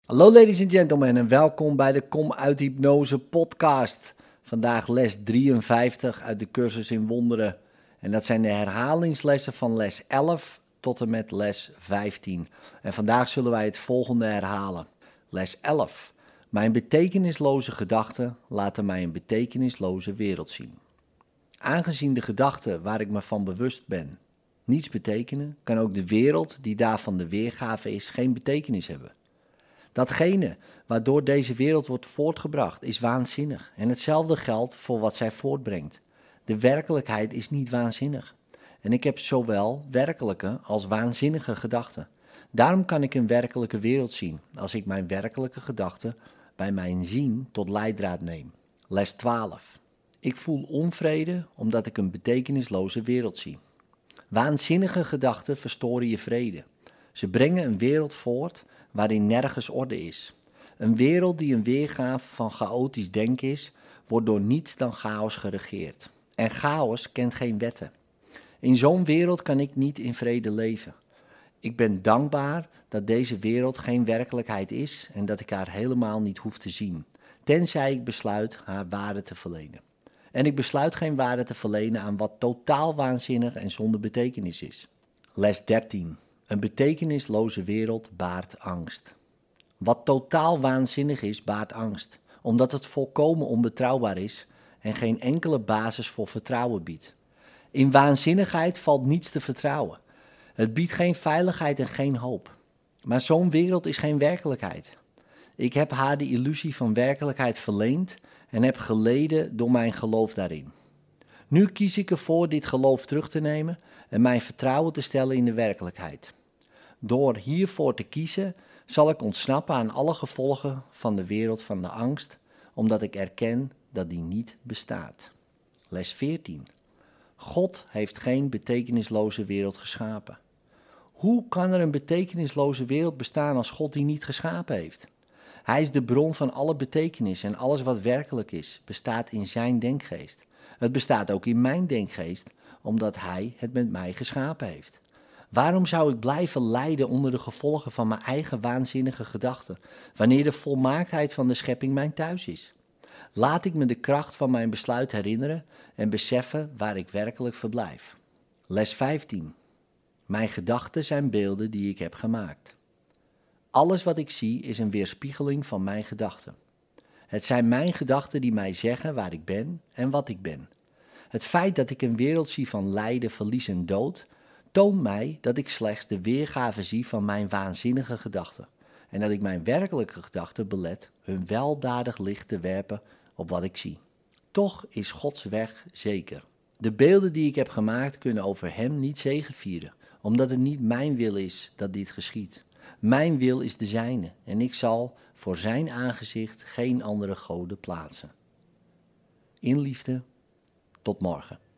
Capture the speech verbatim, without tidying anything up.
Hallo ladies and gentlemen en welkom bij de Kom uit Hypnose podcast. Vandaag les drieënvijftig uit de cursus in wonderen. En dat zijn de herhalingslessen van les elf tot en met les vijftien. En vandaag zullen wij het volgende herhalen. Les elf. Mijn betekenisloze gedachten laten mij een betekenisloze wereld zien. Aangezien de gedachten waar ik me van bewust ben niets betekenen, kan ook de wereld die daarvan de weergave is geen betekenis hebben. Datgene waardoor deze wereld wordt voortgebracht is waanzinnig en hetzelfde geldt voor wat zij voortbrengt. De werkelijkheid is niet waanzinnig en ik heb zowel werkelijke als waanzinnige gedachten. Daarom kan ik een werkelijke wereld zien als ik mijn werkelijke gedachten bij mijn zien tot leidraad neem. Les twaalf. Ik voel onvrede omdat ik een betekenisloze wereld zie. Waanzinnige gedachten verstoren je vrede. Ze brengen een wereld voort waarin nergens orde is. Een wereld die een weergave van chaotisch denken is, wordt door niets dan chaos geregeerd. En chaos kent geen wetten. In zo'n wereld kan ik niet in vrede leven. Ik ben dankbaar dat deze wereld geen werkelijkheid is en dat ik haar helemaal niet hoef te zien, tenzij ik besluit haar waarde te verlenen. En ik besluit geen waarde te verlenen aan wat totaal waanzinnig en zonder betekenis is. Les dertien. Een betekenisloze wereld baart angst. Wat totaal waanzinnig is, baart angst, omdat het volkomen onbetrouwbaar is en geen enkele basis voor vertrouwen biedt. In waanzinnigheid valt niets te vertrouwen. Het biedt geen veiligheid en geen hoop. Maar zo'n wereld is geen werkelijkheid. Ik heb haar de illusie van werkelijkheid verleend en heb geleden door mijn geloof daarin. Nu kies ik ervoor dit geloof terug te nemen en mijn vertrouwen te stellen in de werkelijkheid. Door hiervoor te kiezen zal ik ontsnappen aan alle gevolgen van de wereld van de angst, omdat ik erken dat die niet bestaat. Les veertien. God heeft geen betekenisloze wereld geschapen. Hoe kan er een betekenisloze wereld bestaan als God die niet geschapen heeft? Hij is de bron van alle betekenis en alles wat werkelijk is, bestaat in zijn denkgeest. Het bestaat ook in mijn denkgeest, omdat hij het met mij geschapen heeft. Waarom zou ik blijven lijden onder de gevolgen van mijn eigen waanzinnige gedachten, wanneer de volmaaktheid van de schepping mijn thuis is? Laat ik me de kracht van mijn besluit herinneren en beseffen waar ik werkelijk verblijf. Les vijftien. Mijn gedachten zijn beelden die ik heb gemaakt. Alles wat ik zie is een weerspiegeling van mijn gedachten. Het zijn mijn gedachten die mij zeggen waar ik ben en wat ik ben. Het feit dat ik een wereld zie van lijden, verlies en dood toont mij dat ik slechts de weergave zie van mijn waanzinnige gedachten en dat ik mijn werkelijke gedachten belet hun weldadig licht te werpen op wat ik zie. Toch is Gods weg zeker. De beelden die ik heb gemaakt kunnen over hem niet zegevieren, omdat het niet mijn wil is dat dit geschiedt. Mijn wil is de zijne en ik zal voor zijn aangezicht geen andere goden plaatsen. In liefde, tot morgen.